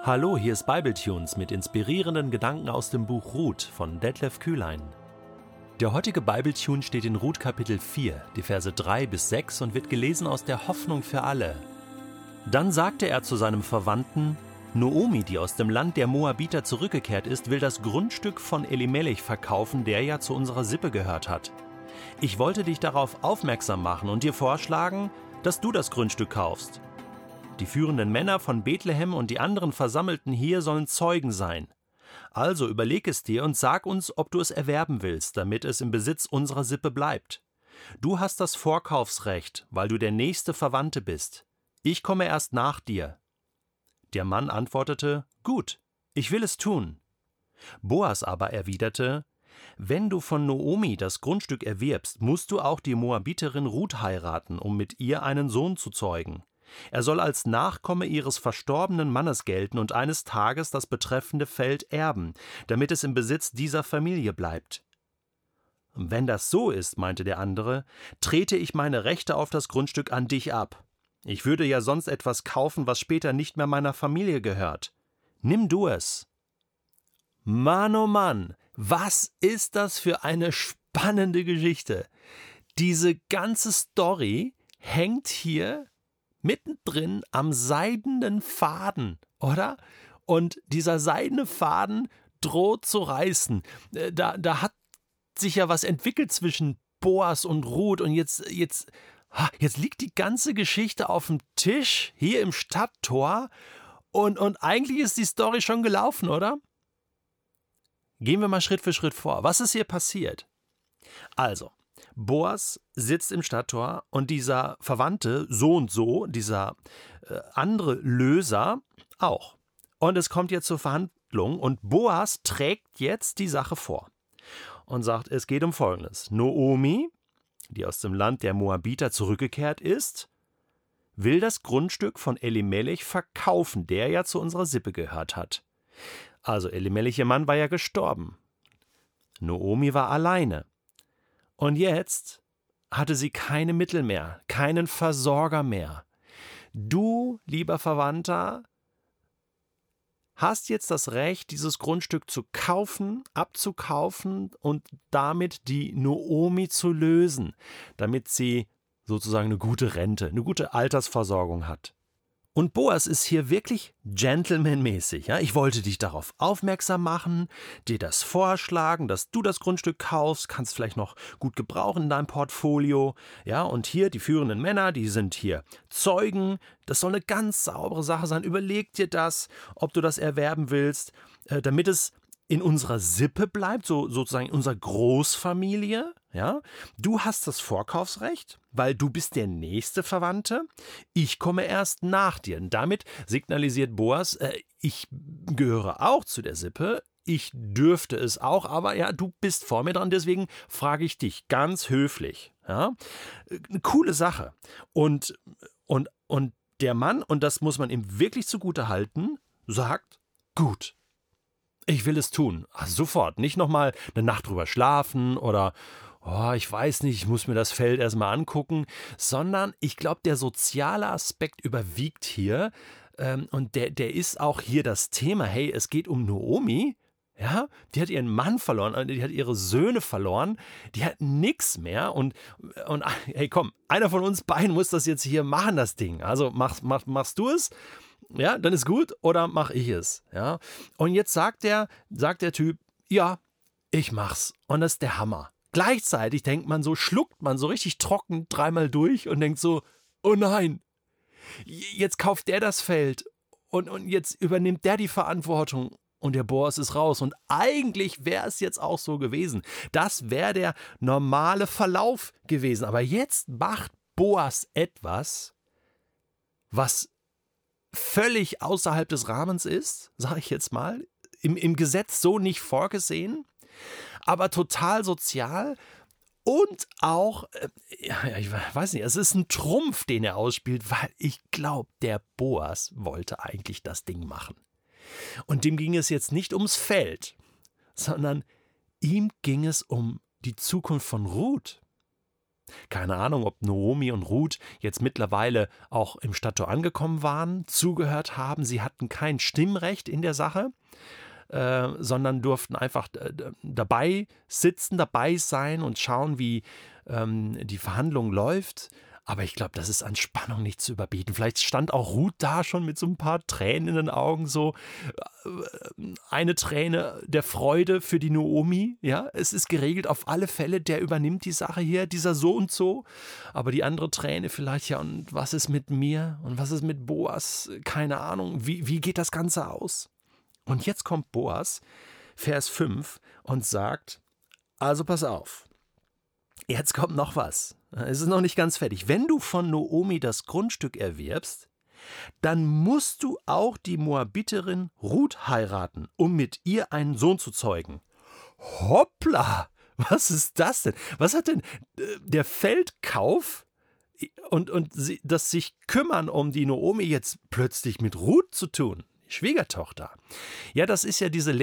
Hallo, hier ist Bibletunes mit inspirierenden Gedanken aus dem Buch Ruth von Detlef Kühlein. Der heutige Bibletune steht in Ruth Kapitel 4, die Verse 3 bis 6 und wird gelesen aus der Hoffnung für alle. Dann sagte er zu seinem Verwandten: Noomi, die aus dem Land der Moabiter zurückgekehrt ist, will das Grundstück von Elimelech verkaufen, der ja zu unserer Sippe gehört hat. Ich wollte dich darauf aufmerksam machen und dir vorschlagen, dass du das Grundstück kaufst. Die führenden Männer von Bethlehem und die anderen Versammelten hier sollen Zeugen sein. Also überleg es dir und sag uns, ob du es erwerben willst, damit es im Besitz unserer Sippe bleibt. Du hast das Vorkaufsrecht, weil du der nächste Verwandte bist. Ich komme erst nach dir. Der Mann antwortete: Gut, ich will es tun. Boas aber erwiderte: Wenn du von Noomi das Grundstück erwirbst, musst du auch die Moabiterin Ruth heiraten, um mit ihr einen Sohn zu zeugen. Er soll als Nachkomme ihres verstorbenen Mannes gelten und eines Tages das betreffende Feld erben, damit es im Besitz dieser Familie bleibt. Wenn das so ist, meinte der andere, trete ich meine Rechte auf das Grundstück an dich ab. Ich würde ja sonst etwas kaufen, was später nicht mehr meiner Familie gehört. Nimm du es. Mann, oh Mann, was ist das für eine spannende Geschichte? Diese ganze Story hängt hier mittendrin am seidenen Faden, oder? Und dieser seidene Faden droht zu reißen. Da hat sich ja was entwickelt zwischen Boas und Ruth und jetzt liegt die ganze Geschichte auf dem Tisch hier im Stadttor und eigentlich ist die Story schon gelaufen, oder? Gehen wir mal Schritt für Schritt vor. Was ist hier passiert? Also, Boas sitzt im Stadttor und dieser Verwandte, so und so, dieser andere Löser auch. Und es kommt jetzt zur Verhandlung und Boas trägt jetzt die Sache vor und sagt, es geht um Folgendes. Noomi, die aus dem Land der Moabiter zurückgekehrt ist, will das Grundstück von Elimelech verkaufen, der ja zu unserer Sippe gehört hat. Also Elimelech, ihr Mann, war ja gestorben. Noomi war alleine. Und jetzt hatte sie keine Mittel mehr, keinen Versorger mehr. Du, lieber Verwandter, hast jetzt das Recht, dieses Grundstück zu kaufen, abzukaufen und damit die Noomi zu lösen, damit sie sozusagen eine gute Rente, eine gute Altersversorgung hat. Und Boas ist hier wirklich gentlemanmäßig. Ja? Ich wollte dich darauf aufmerksam machen, dir das vorschlagen, dass du das Grundstück kaufst, kannst vielleicht noch gut gebrauchen in deinem Portfolio. Ja? Und hier die führenden Männer, die sind hier Zeugen. Das soll eine ganz saubere Sache sein. Überleg dir das, ob du das erwerben willst, damit es in unserer Sippe bleibt, sozusagen in unserer Großfamilie. Ja? Du hast das Vorkaufsrecht, weil du bist der nächste Verwandte. Ich komme erst nach dir. Und damit signalisiert Boas, ich gehöre auch zu der Sippe. Ich dürfte es auch, aber ja, du bist vor mir dran, deswegen frage ich dich ganz höflich. Ja? Eine coole Sache. Und der Mann, und das muss man ihm wirklich zugute halten, sagt, gut. Ich will es tun. Also sofort. Nicht nochmal eine Nacht drüber schlafen oder, ich weiß nicht, ich muss mir das Feld erstmal angucken, sondern ich glaube, der soziale Aspekt überwiegt hier und der ist auch hier das Thema. Hey, es geht um Noomi. Ja, die hat ihren Mann verloren, die hat ihre Söhne verloren, die hat nichts mehr und hey komm, einer von uns beiden muss das jetzt hier machen, das Ding. Also machst du es? Ja, dann ist gut, oder mach ich es? Ja. Und jetzt sagt der Typ, ja, ich mach's. Und das ist der Hammer. Gleichzeitig denkt man so, schluckt man so richtig trocken dreimal durch und denkt so, oh nein, jetzt kauft der das Feld und jetzt übernimmt der die Verantwortung und der Boas ist raus. Und eigentlich wäre es jetzt auch so gewesen. Das wäre der normale Verlauf gewesen. Aber jetzt macht Boas etwas, was völlig außerhalb des Rahmens ist, sage ich jetzt mal, im Gesetz so nicht vorgesehen, aber total sozial und auch, ich weiß nicht, es ist ein Trumpf, den er ausspielt, weil ich glaube, der Boas wollte eigentlich das Ding machen. Und dem ging es jetzt nicht ums Feld, sondern ihm ging es um die Zukunft von Ruth. Keine Ahnung, ob Naomi und Ruth jetzt mittlerweile auch im Stadttor angekommen waren, zugehört haben. Sie hatten kein Stimmrecht in der Sache, sondern durften einfach dabei sitzen, dabei sein und schauen, wie die Verhandlung läuft. Aber ich glaube, das ist an Spannung nicht zu überbieten. Vielleicht stand auch Ruth da schon mit so ein paar Tränen in den Augen, so eine Träne der Freude für die Naomi. Ja, es ist geregelt auf alle Fälle, der übernimmt die Sache hier, dieser so und so. Aber die andere Träne vielleicht, ja, und was ist mit mir? Und was ist mit Boas? Keine Ahnung. Wie geht das Ganze aus? Und jetzt kommt Boas, Vers 5, und sagt, also pass auf. Jetzt kommt noch was. Es ist noch nicht ganz fertig. Wenn du von Naomi das Grundstück erwirbst, dann musst du auch die Moabiterin Ruth heiraten, um mit ihr einen Sohn zu zeugen. Hoppla! Was ist das denn? Was hat denn der Feldkauf und das sich kümmern um die Naomi jetzt plötzlich mit Ruth zu tun? Schwiegertochter. Ja, das ist ja diese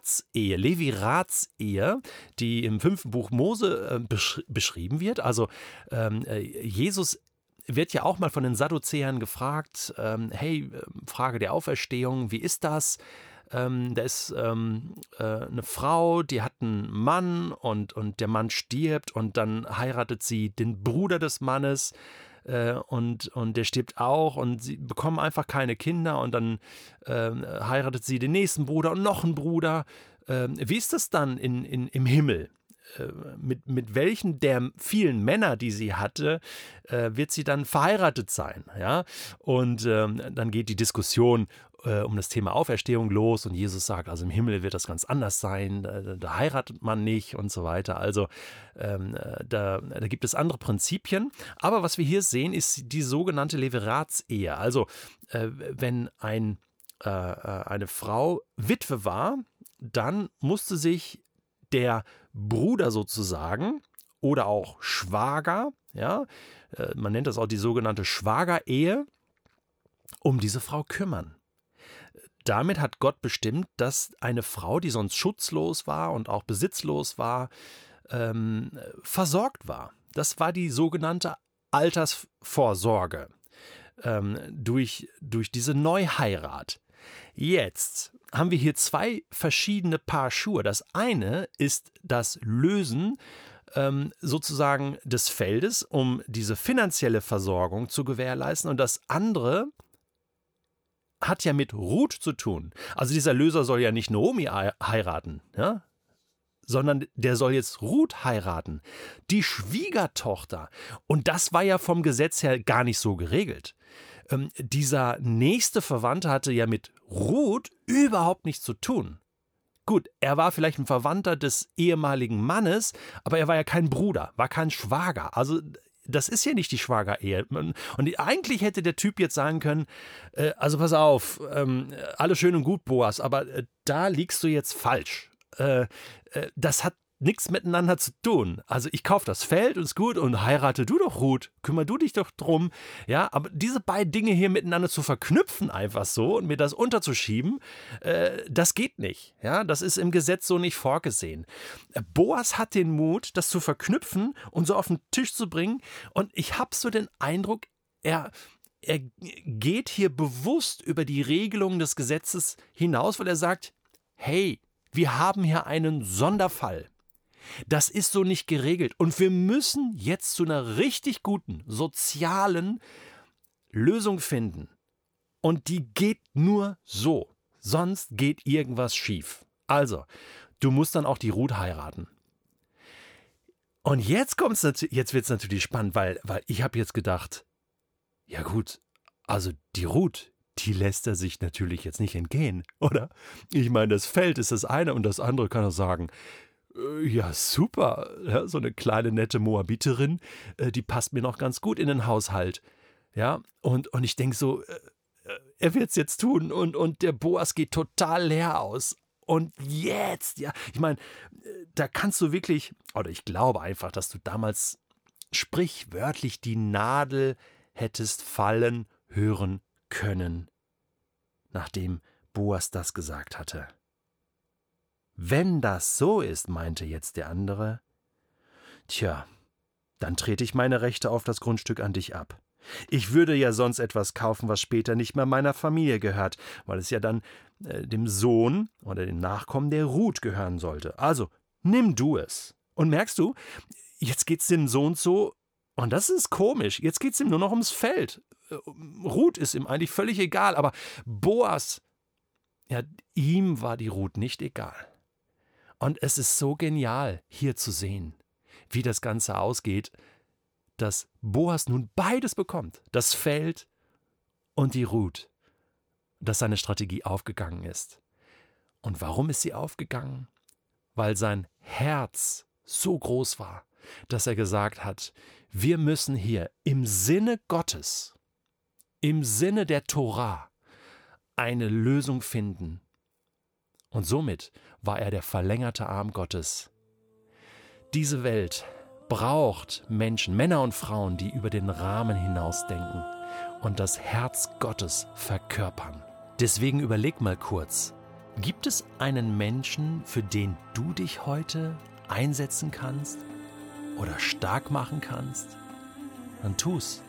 Levirats-Ehe, die im 5. Buch Mose beschrieben wird. Also Jesus wird ja auch mal von den Sadduzäern gefragt, hey, Frage der Auferstehung, wie ist das? Da ist eine Frau, die hat einen Mann und der Mann stirbt und dann heiratet sie den Bruder des Mannes. Und der stirbt auch und sie bekommen einfach keine Kinder und dann heiratet sie den nächsten Bruder und noch einen Bruder. Wie ist das dann im Himmel? Mit welchen der vielen Männer, die sie hatte, wird sie dann verheiratet sein? Ja? Und dann geht die Diskussion um das Thema Auferstehung los und Jesus sagt, also im Himmel wird das ganz anders sein, da heiratet man nicht und so weiter. Also da gibt es andere Prinzipien. Aber was wir hier sehen, ist die sogenannte Levirats-Ehe. Also wenn eine Frau Witwe war, dann musste sich der Bruder sozusagen oder auch Schwager, ja, man nennt das auch die sogenannte Schwagerehe, um diese Frau kümmern. Damit hat Gott bestimmt, dass eine Frau, die sonst schutzlos war und auch besitzlos war, versorgt war. Das war die sogenannte Altersvorsorge durch diese Neuheirat. Jetzt haben wir hier 2 verschiedene Paar Schuhe. Das eine ist das Lösen sozusagen des Feldes, um diese finanzielle Versorgung zu gewährleisten. Und das andere hat ja mit Ruth zu tun. Also dieser Löser soll ja nicht Naomi heiraten, ja? Sondern der soll jetzt Ruth heiraten, die Schwiegertochter. Und das war ja vom Gesetz her gar nicht so geregelt. Dieser nächste Verwandte hatte ja mit Ruth überhaupt nichts zu tun. Gut, er war vielleicht ein Verwandter des ehemaligen Mannes, aber er war ja kein Bruder, war kein Schwager. Also das ist ja nicht die Schwagerehe. Und eigentlich hätte der Typ jetzt sagen können, also pass auf, alles schön und gut, Boas, aber da liegst du jetzt falsch. Das hat nichts miteinander zu tun. Also ich kaufe das Feld und ist gut und heirate du doch Ruth, kümmer du dich doch drum. Ja, aber diese beiden Dinge hier miteinander zu verknüpfen einfach so und mir das unterzuschieben, das geht nicht. Ja, das ist im Gesetz so nicht vorgesehen. Boas hat den Mut, das zu verknüpfen und so auf den Tisch zu bringen und ich habe so den Eindruck, er geht hier bewusst über die Regelungen des Gesetzes hinaus, weil er sagt, hey, wir haben hier einen Sonderfall. Das ist so nicht geregelt. Und wir müssen jetzt zu einer richtig guten, sozialen Lösung finden. Und die geht nur so. Sonst geht irgendwas schief. Also, du musst dann auch die Ruth heiraten. Und jetzt wird es natürlich spannend, weil ich habe jetzt gedacht, ja gut, also die Ruth, die lässt er sich natürlich jetzt nicht entgehen, oder? Ich meine, das Feld ist das eine und das andere kann er sagen, ja, super, ja, so eine kleine, nette Moabiterin, die passt mir noch ganz gut in den Haushalt. Ja, und ich denke so, er wird es jetzt tun und der Boas geht total leer aus. Und jetzt, ja, ich meine, da kannst du wirklich, oder ich glaube einfach, dass du damals sprichwörtlich die Nadel hättest fallen hören können, nachdem Boas das gesagt hatte. Wenn das so ist, meinte jetzt der andere, tja, dann trete ich meine Rechte auf das Grundstück an dich ab. Ich würde ja sonst etwas kaufen, was später nicht mehr meiner Familie gehört, weil es ja dann dem Sohn oder dem Nachkommen der Ruth gehören sollte. Also, nimm du es. Und merkst du, jetzt geht's dem Sohn so, und das ist komisch, jetzt geht's ihm nur noch ums Feld. Ruth ist ihm eigentlich völlig egal, aber Boas, ja, ihm war die Ruth nicht egal. Und es ist so genial, hier zu sehen, wie das Ganze ausgeht, dass Boas nun beides bekommt, das Feld und die Ruth, dass seine Strategie aufgegangen ist. Und warum ist sie aufgegangen? Weil sein Herz so groß war, dass er gesagt hat, wir müssen hier im Sinne Gottes, im Sinne der Tora, eine Lösung finden. Und somit war er der verlängerte Arm Gottes. Diese Welt braucht Menschen, Männer und Frauen, die über den Rahmen hinausdenken und das Herz Gottes verkörpern. Deswegen überleg mal kurz, gibt es einen Menschen, für den du dich heute einsetzen kannst oder stark machen kannst? Dann tu's.